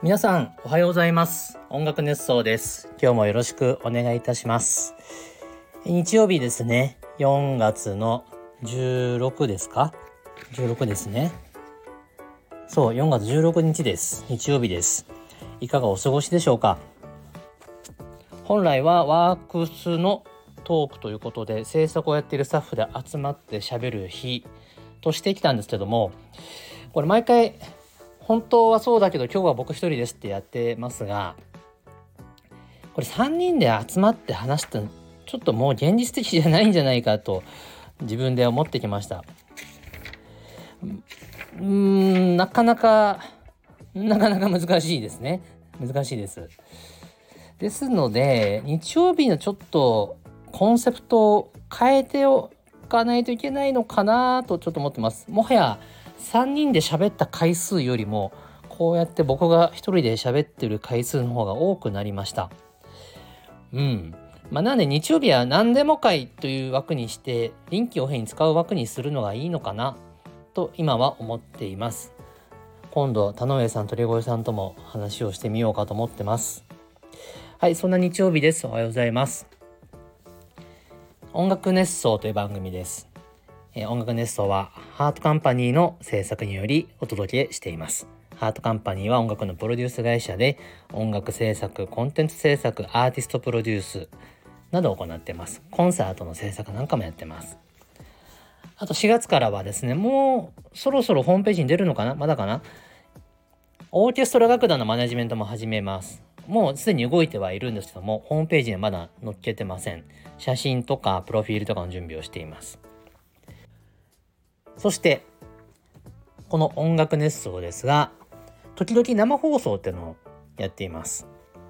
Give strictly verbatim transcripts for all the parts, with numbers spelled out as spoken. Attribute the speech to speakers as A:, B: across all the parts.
A: 皆さんおはようございます。音楽熱奏です。今日もよろしくお願いいたします。日曜日ですね。よんがつのじゅうろくですかじゅうろくですね。そうよんがつじゅうろくにちです。日曜日です。いかがお過ごしでしょうか。本来はワークスのトークということで、制作をやっているスタッフで集まって喋る日としてきたんですけども、これ毎回本当はそうだけど今日は僕一人ですってやってますが、これさんにんで集まって話すとちょっともう現実的じゃないんじゃないかと自分で思ってきました。うーんなかなかなかなか難しいですね。難しいです。ですので日曜日のちょっとコンセプトを変えておかないといけないのかなとちょっと思ってます。もはやさんにんで喋った回数よりもこうやって僕が一人で喋ってる回数の方が多くなりました。うんまあなんで日曜日は何でも会という枠にして臨機応変に使う枠にするのがいいのかなと今は思っています。今度田上さん鳥越さんとも話をしてみようかと思ってます。はい、そんな日曜日です。おはようございます。音楽熱奏という番組です。えー、音楽熱奏はハートカンパニーの制作によりお届けしています。ハートカンパニーは音楽のプロデュース会社で音楽制作、コンテンツ制作、アーティストプロデュースなどを行っています。コンサートの制作なんかもやってます。あとしがつからはですね、もうそろそろホームページに出るのかな、まだかな、オーケストラ楽団のマネジメントも始めます。もうすでに動いてはいるんですけども、ホームページにはまだ載っけてません。写真とかプロフィールとかの準備をしています。そしてこの音楽熱奏ですが、時々生放送っていうのをやっています。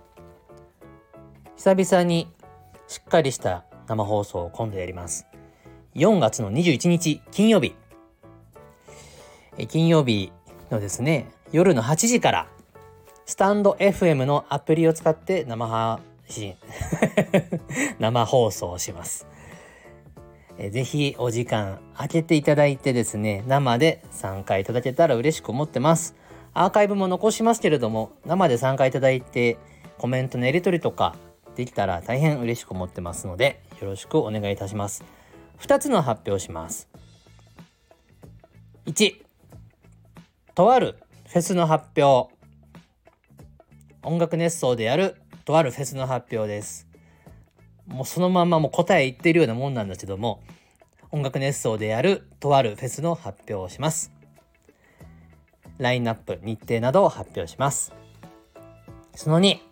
A: 久々にしっかりした生放送を今度やります。よんがつのにじゅういちにち金曜日、え金曜日のですね、夜のはちじからスタンド エフエム のアプリを使って生配信生放送をします。えぜひお時間空けていただいてですね、生で参加いただけたら嬉しく思ってます。アーカイブも残しますけれども、生で参加いただいてコメントのやり取りとかできたら大変嬉しく思ってますので、よろしくお願いいたします。ふたつの発表をします。いち、とあるフェスの発表。音楽熱奏でやるとあるフェスの発表です。もうそのまんまもう答え言っているようなもんなんですけども、音楽熱奏でやるとあるフェスの発表をします。ラインナップ、日程などを発表します。そのに、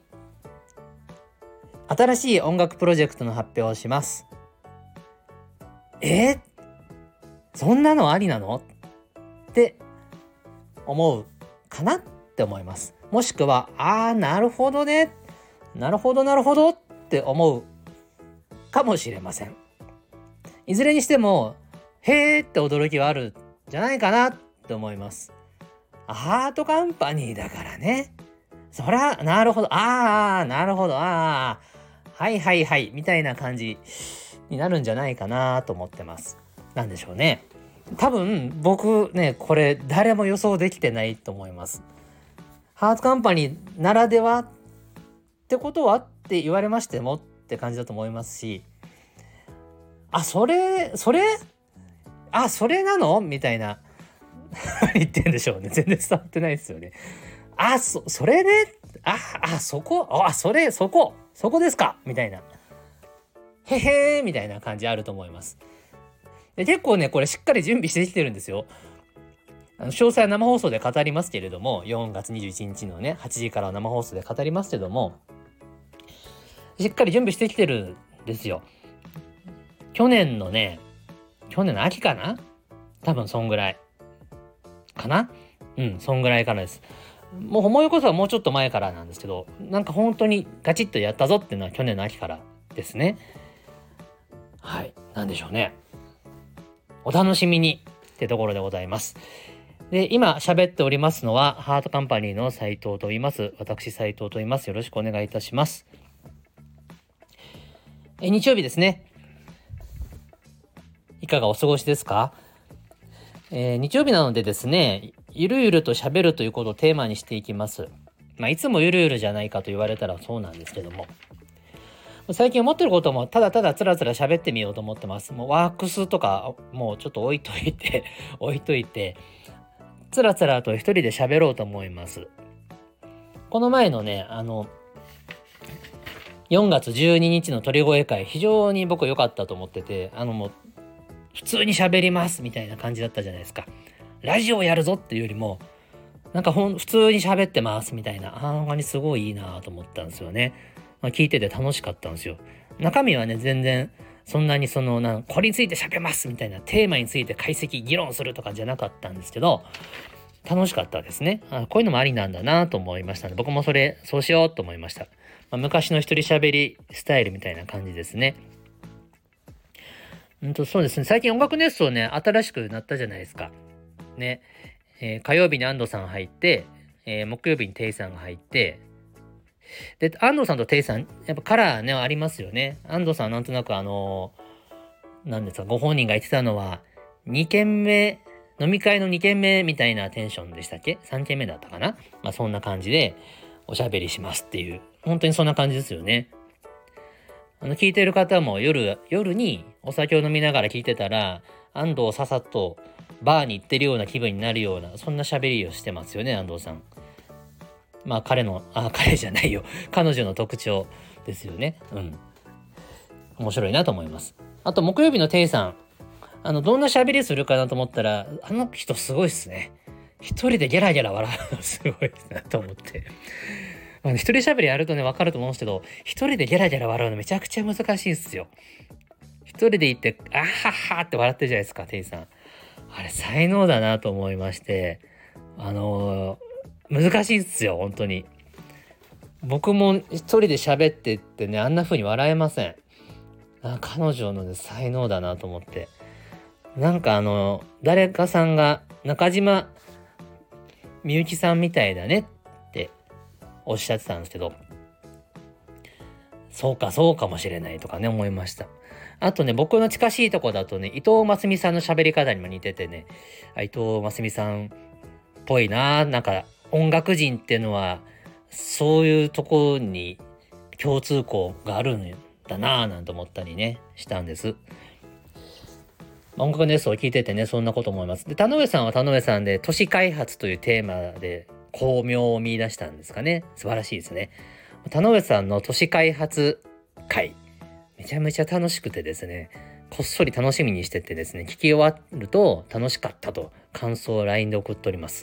A: 新しい音楽プロジェクトの発表をします。えー、そんなのありなのって思うかなって思います。もしくは、あーなるほどね、なるほどなるほどって思うかもしれません。いずれにしてもへーって驚きはあるんじゃないかなって思います。ハートカンパニーだからね、そらなるほど、あーなるほど、あーはいはいはいみたいな感じになるんじゃないかなと思ってます。なんでしょうね、多分僕ね、これ誰も予想できてないと思います。ハートカンパニーならではってことはって言われましてもって感じだと思いますし、あそれそれあそれなのみたいな言ってんでしょうね。全然伝わってないですよね。あそそれね、ああそこあそれそこそこですかみたいな、へへーみたいな感じあると思います。で結構ねこれしっかり準備してきてるんですよ。あの詳細は生放送で語りますけれども、よんがつにじゅういちにちのねはちじから生放送で語りますけども、しっかり準備してきてるんですよ。去年のね去年の秋かな、多分そんぐらいかな、うんそんぐらいからです。もう思い起こせばもうちょっと前からなんですけど、なんか本当にガチッとやったぞっていうのは去年の秋からですね。はい、なんでしょうね、お楽しみにってところでございます。で今喋っておりますのはハートカンパニーの斉藤と言います。私斉藤と言います。よろしくお願いいたします。え日曜日ですね、いかがお過ごしですか。えー、日曜日なのでですね、ゆるゆると喋るということをテーマにしていきます。 まあいつもゆるゆるじゃないかと言われたらそうなんですけども、最近思ってることもただただつらつら喋ってみようと思ってます。もうワークスとかもうちょっと置いといて置いといてつらつらと一人で喋ろうと思います。この前のねあのよんがつじゅうににちの鳥越会、非常に僕良かったと思ってて、あのもう普通に喋りますみたいな感じだったじゃないですか。ラジオやるぞっていうよりもなんかほん普通に喋ってますみたいな、あんまりすごいいいなと思ったんですよね。まあ、聞いてて楽しかったんですよ。中身はね全然そんなにそのなんこれについて喋りますみたいなテーマについて解析議論するとかじゃなかったんですけど、楽しかったですね。あ、こういうのもありなんだなと思いましたね。僕もそれそうしようと思いました。まあ、昔の一人喋りスタイルみたいな感じですね。うんとそうですね。最近音楽熱奏ね新しくなったじゃないですか。ね、えー、火曜日に安藤さん入って、えー、木曜日にテイさんが入って、で安藤さんとテイさんやっぱカラーねありますよね。安藤さんはなんとなくあのー、なんですか、ご本人が言ってたのはにけんめ飲み会のにけんめみたいなテンションでしたっけ、さんけんめだったかな、まあそんな感じでおしゃべりしますっていう、本当にそんな感じですよね。あの聞いてる方も夜夜にお酒を飲みながら聞いてたら安藤ささっとバーに行ってるような気分になるような、そんな喋りをしてますよね安藤さん。まあ彼のあ彼じゃないよ彼女の特徴ですよね。うん、面白いなと思います。あと木曜日のテイさん、あのどんな喋りするかなと思ったら、あの人すごいっすね。一人でゲラゲラ笑うのすごいなと思ってあの一人喋りやるとね分かると思うんですけど、一人でゲラゲラ笑うのめちゃくちゃ難しいっすよ。一人でいてあははって笑ってるじゃないですかテイさん。あれ才能だなと思いまして、あのー、難しいっすよ本当に。僕も一人で喋ってってねあんな風に笑えません。あ、彼女の、ね、才能だなと思って、なんかあの誰かさんが中島みゆきさんみたいだねっておっしゃってたんですけど、そうかそうかもしれないとかね思いました。あとね僕の近しいとこだとね伊藤真澄さんの喋り方にも似ててね、伊藤真澄さんっぽいな、なんか音楽人っていうのはそういうところに共通項があるんだなぁなんて思ったりねしたんです。音楽熱奏を聞いててねそんなこと思います。で田上さんは田上さんで都市開発というテーマで巧妙を見出したんですかね。素晴らしいですね。田上さんの都市開発会めちゃめちゃ楽しくてですね、こっそり楽しみにしててですね、聞き終わると楽しかったと感想を ライン で送っております。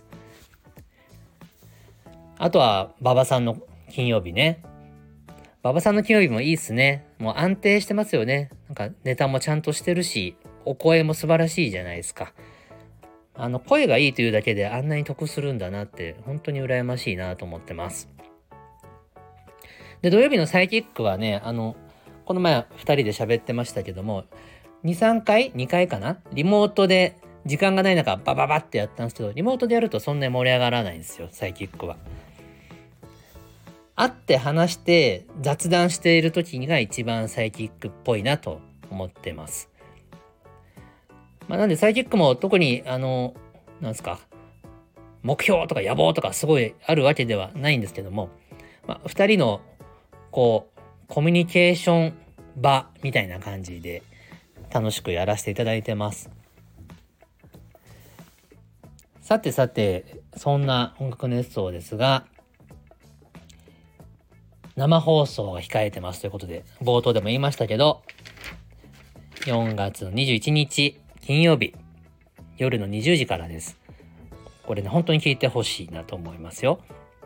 A: あとは馬場さんの金曜日ね、馬場さんの金曜日もいいっすね。もう安定してますよね。なんかネタもちゃんとしてるし、お声も素晴らしいじゃないですか。あの声がいいというだけであんなに得するんだなって本当に羨ましいなと思ってます。で土曜日のサイキックはね、あのこの前ふたりで喋ってましたけども に,さん 回にかいかな、リモートで時間がない中バババってやったんですけど、リモートでやるとそんなに盛り上がらないんですよサイキックは。会って話して雑談している時が一番サイキックっぽいなと思ってます。まあ、なんでサイキックも特にあのなんですか目標とか野望とかすごいあるわけではないんですけども、まあ、ふたりのこうコミュニケーション場みたいな感じで楽しくやらせていただいてます。さてさてそんな音楽熱奏ですが、生放送が控えてますということで冒頭でも言いましたけど、よんがつのにじゅういちにち金曜日夜のにじゅうじからです。これね本当に聞いてほしいなと思いますよ。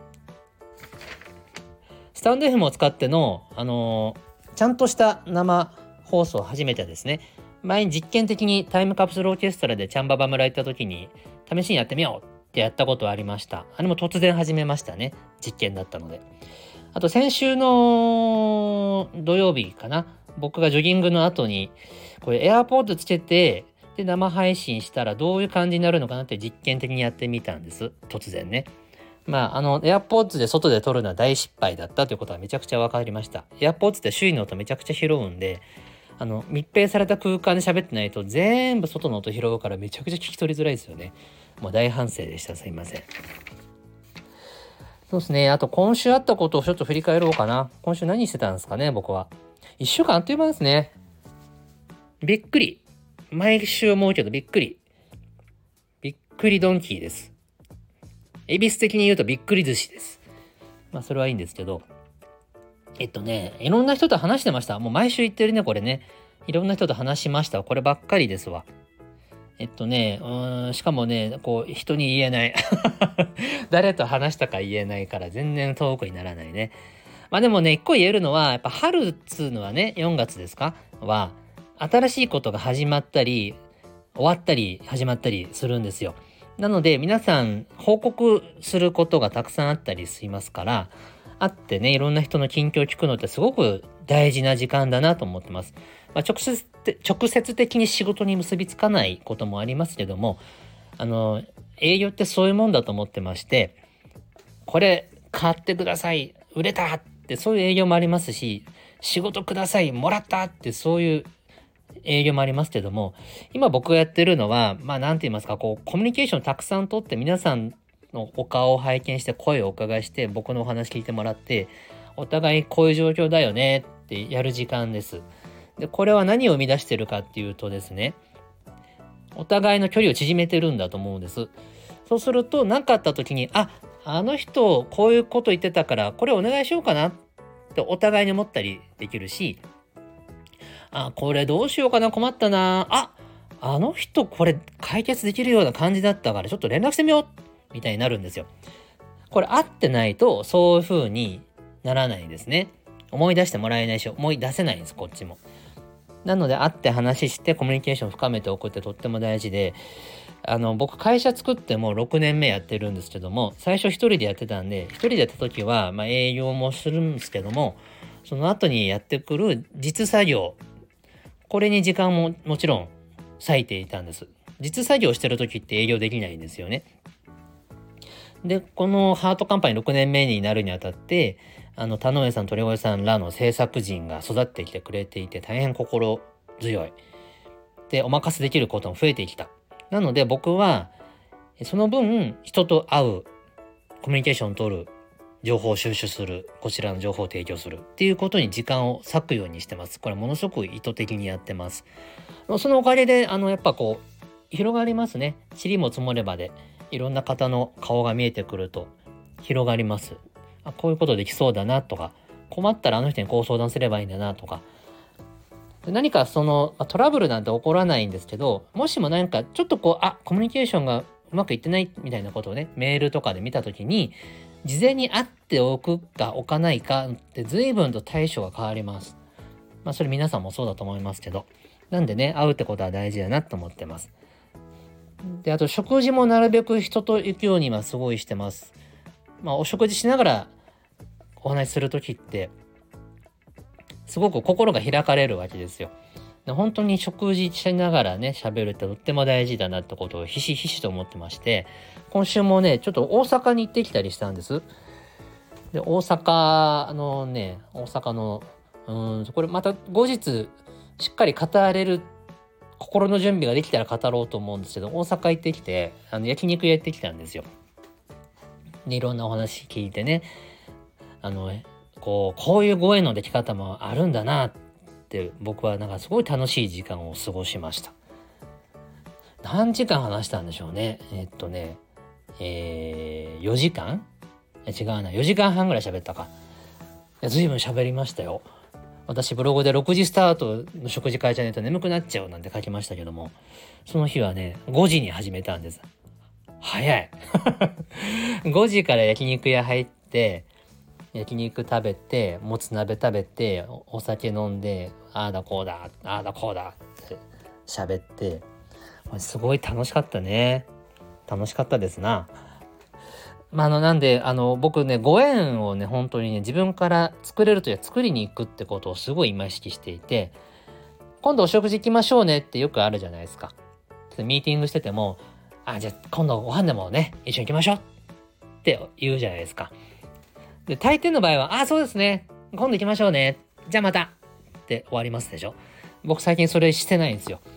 A: スタンド エフエム を使っての、あのー、ちゃんとした生放送初めてですね。前に実験的にタイムカプセルオーケストラでチャンババ村行った時に試しにやってみようってやったことありました。あれも突然始めましたね。実験だったので。あと先週の土曜日かな、僕がジョギングの後にこれエアポードつけてで生配信したらどういう感じになるのかなって実験的にやってみたんです。突然ね。まああのエアポードで外で撮るのは大失敗だったということはめちゃくちゃ分かりました。エアポードって周囲の音めちゃくちゃ拾うんで、あの密閉された空間で喋ってないと全部外の音拾うからめちゃくちゃ聞き取りづらいですよね。もう大反省でした。すいません。 そうですね。あと今週あったことをちょっと振り返ろうかな。今週何してたんですかね、僕は。一週間あっという間ですね。びっくり。毎週思うけどびっくり。びっくりドンキーです。恵比寿的に言うとびっくり寿司です。まあそれはいいんですけど。えっとね、いろんな人と話してました。もう毎週言ってるね、これね。いろんな人と話しました。こればっかりですわ。えっとね、うーん、しかもね、こう、人に言えない。誰と話したか言えないから全然遠くにならないね。まあでもね、一個言えるのは、やっぱ春っつうのはね、よんがつですかは、新しいことが始まったり、終わったり、始まったりするんですよ。なので、皆さん、報告することがたくさんあったりしますから、会ってね、いろんな人の近況を聞くのってすごく大事な時間だなと思ってます。まあ、直接、直接的に仕事に結びつかないこともありますけども、あの、営業ってそういうもんだと思ってまして、これ買ってください、売れたってそういう営業もありますし、仕事ください、もらったってそういう営業もありますけども、今僕がやってるのは、まあなんて言いますか、こう、コミュニケーションたくさんとって皆さんのお顔を拝見して声をお伺いして僕のお話聞いてもらって、お互いこういう状況だよねってやる時間です。で、これは何を生み出してるかっていうとですね、お互いの距離を縮めてるんだと思うんです。そうすると何かあった時に、あ、あの人こういうこと言ってたからこれお願いしようかなってお互いに思ったりできるし、あ、これどうしようかな、困ったな、あ、あの人これ解決できるような感じだったからちょっと連絡してみようみたいになるんですよ。これ合ってないとそういう風にならないんですね。思い出してもらえないし、思い出せないんです、こっちも。なので会って話してコミュニケーションを深めておくってとっても大事で、あの僕会社作ってもろくねんめやってるんですけども、最初一人でやってたんで、一人でやった時はまあ営業もするんですけども、その後にやってくる実作業、これに時間ももちろん割いていたんです。実作業してる時って営業できないんですよね。で、このハートカンパニーろくねんめになるにあたって、あの田上さん、鳥越さんらの制作陣が育ってきてくれていて、大変心強い。で、お任せできることも増えてきた。なので僕はその分人と会う、コミュニケーションを取る、情報を収集する、こちらの情報を提供するっていうことに時間を割くようにしてます。これものすごく意図的にやってます。そのおかげであのやっぱこう広がりますね。塵も積もればでいろんな方の顔が見えてくると広がります。あ、こういうことできそうだなとか、困ったらあの人にこう相談すればいいんだなとか、何かそのトラブルなんて起こらないんですけど、もしも何かちょっとこう、あ、コミュニケーションがうまくいってないみたいなことをね、メールとかで見たときに、事前に会っておくか置かないかって随分と対処が変わります。まあそれ皆さんもそうだと思いますけど、なんでね、会うってことは大事だなと思ってます。で、あと食事もなるべく人と行くようにはすごいしてます。まあお食事しながらお話しするときってすごく心が開かれるわけですよ。で、本当に食事しながらね喋るってとっても大事だなってことをひしひしと思ってまして、今週もねちょっと大阪に行ってきたりしたんです。で、大阪のね大阪のうーんこれまた後日しっかり語れる心の準備ができたら語ろうと思うんですけど、大阪行ってきてあの焼肉屋行ってきたんですよ。で、いろんなお話聞いてね、あのこうこういうご縁のでき方もあるんだなって僕はなんかすごい楽しい時間を過ごしました。何時間話したんでしょうね。えっとね、えー、よじかん違うな、よじかんはんぐらい喋ったか。いや、随分喋りましたよ。私ブログでろくじスタートの食事会じゃないと眠くなっちゃうなんて書きましたけども、その日はねごじに始めたんです。早いごじから焼肉屋入って、焼肉食べて、もつ鍋食べて、お酒飲んで、ああだこうだああだこうだって喋って、すごい楽しかったね。楽しかったですな。まあ、あのなんであの僕ねご縁をね本当にね自分から作れるときは作りに行くってことをすごい今意識していて、今度お食事行きましょうねってよくあるじゃないですか。ミーティングしてても、あ、じゃあ今度ご飯でもね一緒に行きましょうって言うじゃないですか。で、大抵の場合は、あ、そうですね、今度行きましょうね、じゃあまたって終わりますでしょ。僕最近それしてないんですよ。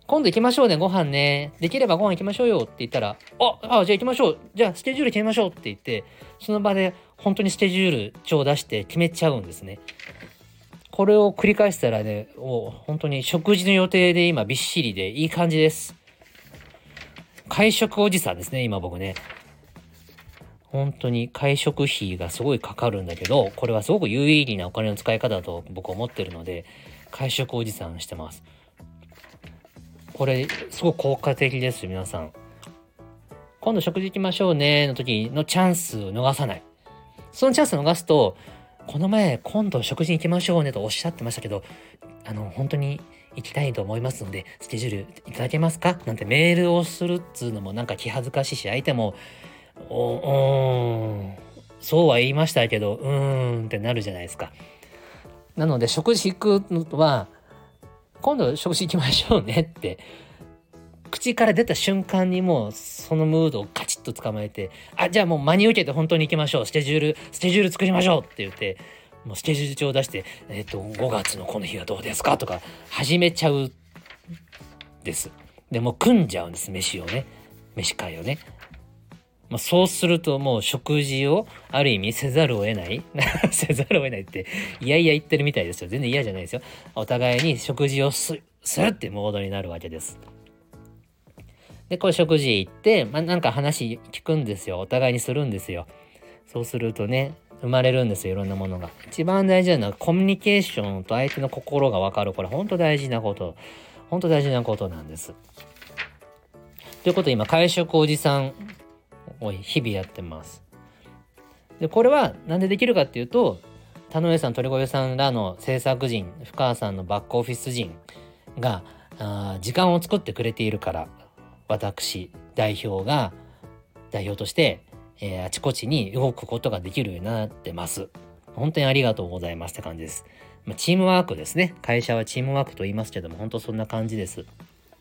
A: 今度行きましょうね、ご飯ね。できればご飯行きましょうよって言ったら、あ、あ、じゃあ行きましょう。じゃあスケジュール決めましょうって言って、その場で本当にスケジュール帳出して決めちゃうんですね。これを繰り返したらね、もう本当に食事の予定で今びっしりでいい感じです。会食おじさんですね、今僕ね。本当に会食費がすごいかかるんだけど、これはすごく有意義なお金の使い方だと僕は思ってるので、会食おじさんしてます。これすごく効果的ですよ、皆さん。今度食事行きましょうねの時のチャンスを逃さない。そのチャンスを逃すと、この前今度食事に行きましょうねとおっしゃってましたけど、あの本当に行きたいと思いますのでスケジュールいただけますかなんてメールをするっつうのもなんか気恥ずかしいし、相手もおうーんそうは言いましたけどうーんってなるじゃないですか。なので食事行くのは今度食事行きましょうねって口から出た瞬間にもうそのムードをカチッと捕まえて、あ、じゃあもう真に受けて本当に行きましょう、スケジュールスケジュール作りましょうって言って、もうスケジュール帳を出してえっとごがつのこの日はどうですかとか始めちゃうです。でもう組んじゃうんです、飯をね、飯会をね。まあ、そうするともう食事をある意味せざるを得ないせざるを得ないっていやいや言ってるみたいですよ。全然嫌じゃないですよ。お互いに食事をすするってモードになるわけです。でこれ食事行って、まあ、なんか話聞くんですよ。お互いにするんですよ。そうするとね生まれるんですよ、いろんなものが。一番大事なのはコミュニケーションと相手の心が分かる。これ本当大事なこと本当大事なことなんです。ということで今会食おじさんを日々やってます。でこれはなんでできるかっていうと、田上さん鳥越さんらの制作陣、深川さんのバックオフィス陣があ時間を作ってくれているから、私代表が代表として、えー、あちこちに動くことができるようになってます。本当にありがとうございますって感じです。まあ、チームワークですね。会社はチームワークと言いますけども、本当そんな感じです。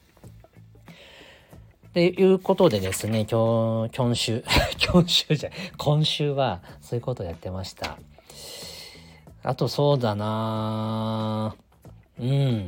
A: ということでですね、今日、今週、今週じゃない、今週はそういうことをやってました。あとそうだなうん。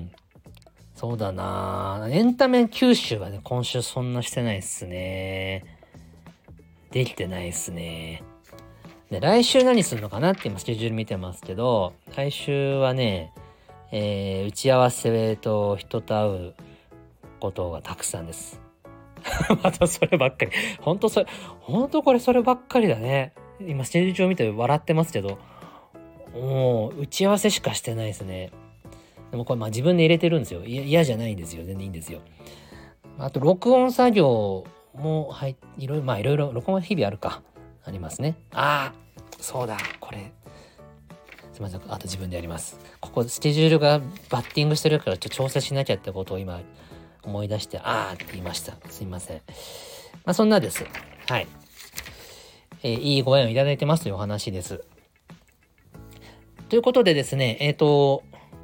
A: そうだなエンタメ吸収はね、今週そんなしてないっすね。できてないっすね。で、来週何するのかなって今スケジュール見てますけど、来週はね、えー、打ち合わせと人と会うことがたくさんです。またそればっかり。ほんとそれ、ほんとこれそればっかりだね。今ステージ上見て笑ってますけど、もう打ち合わせしかしてないですね。でもこれまあ自分で入れてるんですよ。嫌じゃないんですよ。全然いいんですよ。あと録音作業もはい、いろいろ、まあいろいろ録音は日々あるか。ありますね。ああ、そうだ、これ。すいません。あと自分でやります。ここスケジュールがバッティングしてるからちょっと調整しなきゃってことを今思い出して、あーって言いました。すいません。まあそんなです。はい。えー、いいご縁をいただいてますというお話です。ということでですね、えっと、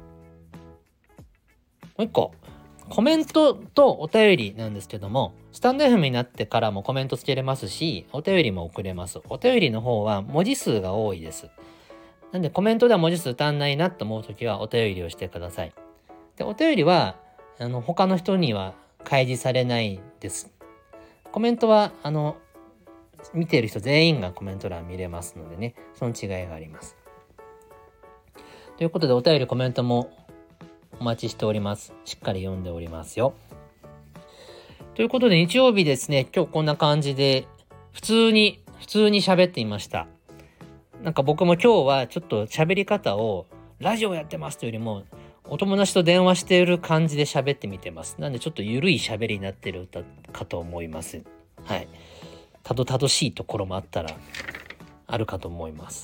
A: もう一個、コメントとお便りなんですけども、スタンド エフエム になってからもコメントつけれますし、お便りも送れます。お便りの方は文字数が多いです。なんでコメントでは文字数足んないなと思うときはお便りをしてください。で、お便りは、あの、他の人には開示されないです。コメントは、あの、見ている人全員がコメント欄見れますのでね、その違いがあります。ということで、お便り、コメントもお待ちしております。しっかり読んでおりますよ。ということで、日曜日ですね、今日こんな感じで、普通に、普通に喋っていました。なんか僕も今日はちょっと喋り方を、ラジオやってますというよりも、お友達と電話している感じで喋ってみてます。なんでちょっと緩い喋りになってるかと思います。はい。たどたどしいところもあったらあるかと思います。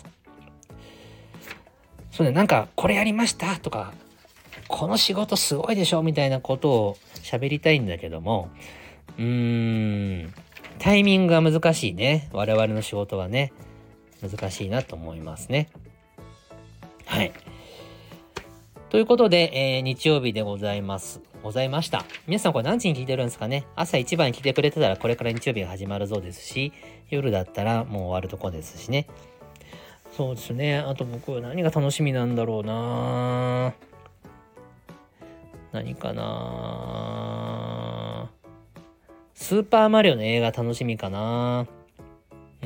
A: そうね、なんかこれやりましたとか、この仕事すごいでしょみたいなことを喋りたいんだけども、うーん、タイミングが難しいね。我々の仕事はね、難しいなと思いますね。はい。ということで、えー、日曜日でございます。ございました。皆さんこれ何時に聞いてるんですかね。朝一番に聞いてくれてたらこれから日曜日が始まるぞですし、夜だったらもう終わるとこですしね。そうですね。あと僕何が楽しみなんだろうな。 何かな、スーパーマリオの映画楽しみかな。うん。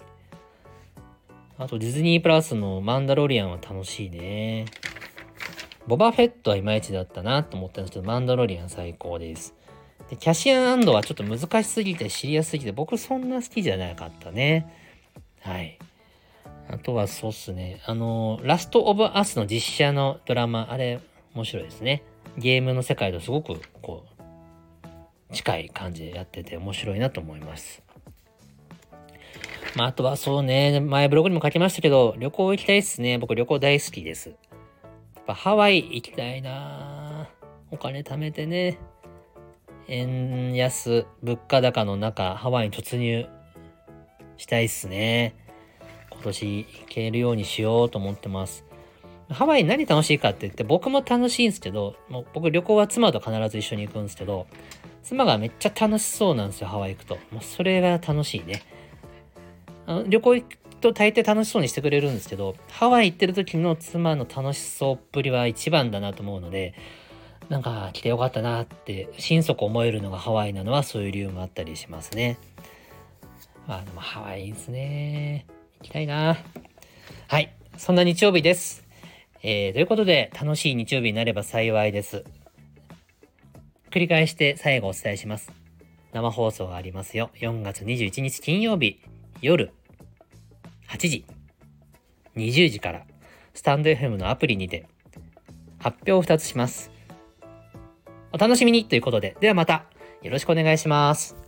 A: あとディズニープラスのマンダロリアンは楽しいね。ボバフェットはいまいちだったなと思ったんですけど、マンダロリアン最高です。でキャシアン&はちょっと難しすぎてシリアスすぎて僕そんな好きじゃなかったね。はい。あとはそうっすね。あの、ラストオブアスの実写のドラマ、あれ面白いですね。ゲームの世界とすごくこう、近い感じでやってて面白いなと思います。まあ、あとはそうね、前ブログにも書きましたけど、旅行行きたいっすね。僕旅行大好きです。やっぱハワイ行きたいな。お金貯めてね。円安、物価高の中、ハワイに突入したいっすね。今年行けるようにしようと思ってます。ハワイ何楽しいかって言って、僕も楽しいんですけど、もう僕旅行は妻と必ず一緒に行くんですけど、妻がめっちゃ楽しそうなんですよ、ハワイ行くと。もうそれが楽しいね。あの旅行行くと大抵楽しそうにしてくれるんですけど、ハワイ行ってる時の妻の楽しそうっぷりは一番だなと思うので、なんか来てよかったなって心底思えるのがハワイなのはそういう理由もあったりしますね。まあでもハワイいいですね。行きたいな。はい、そんな日曜日です。えー、ということで楽しい日曜日になれば幸いです。繰り返して最後お伝えします。生放送がありますよ。よんがつにじゅういちにち金曜日夜はちじ、にじゅうじからスタンド エフエム のアプリにて発表をふたつします。お楽しみにということで、ではまたよろしくお願いします。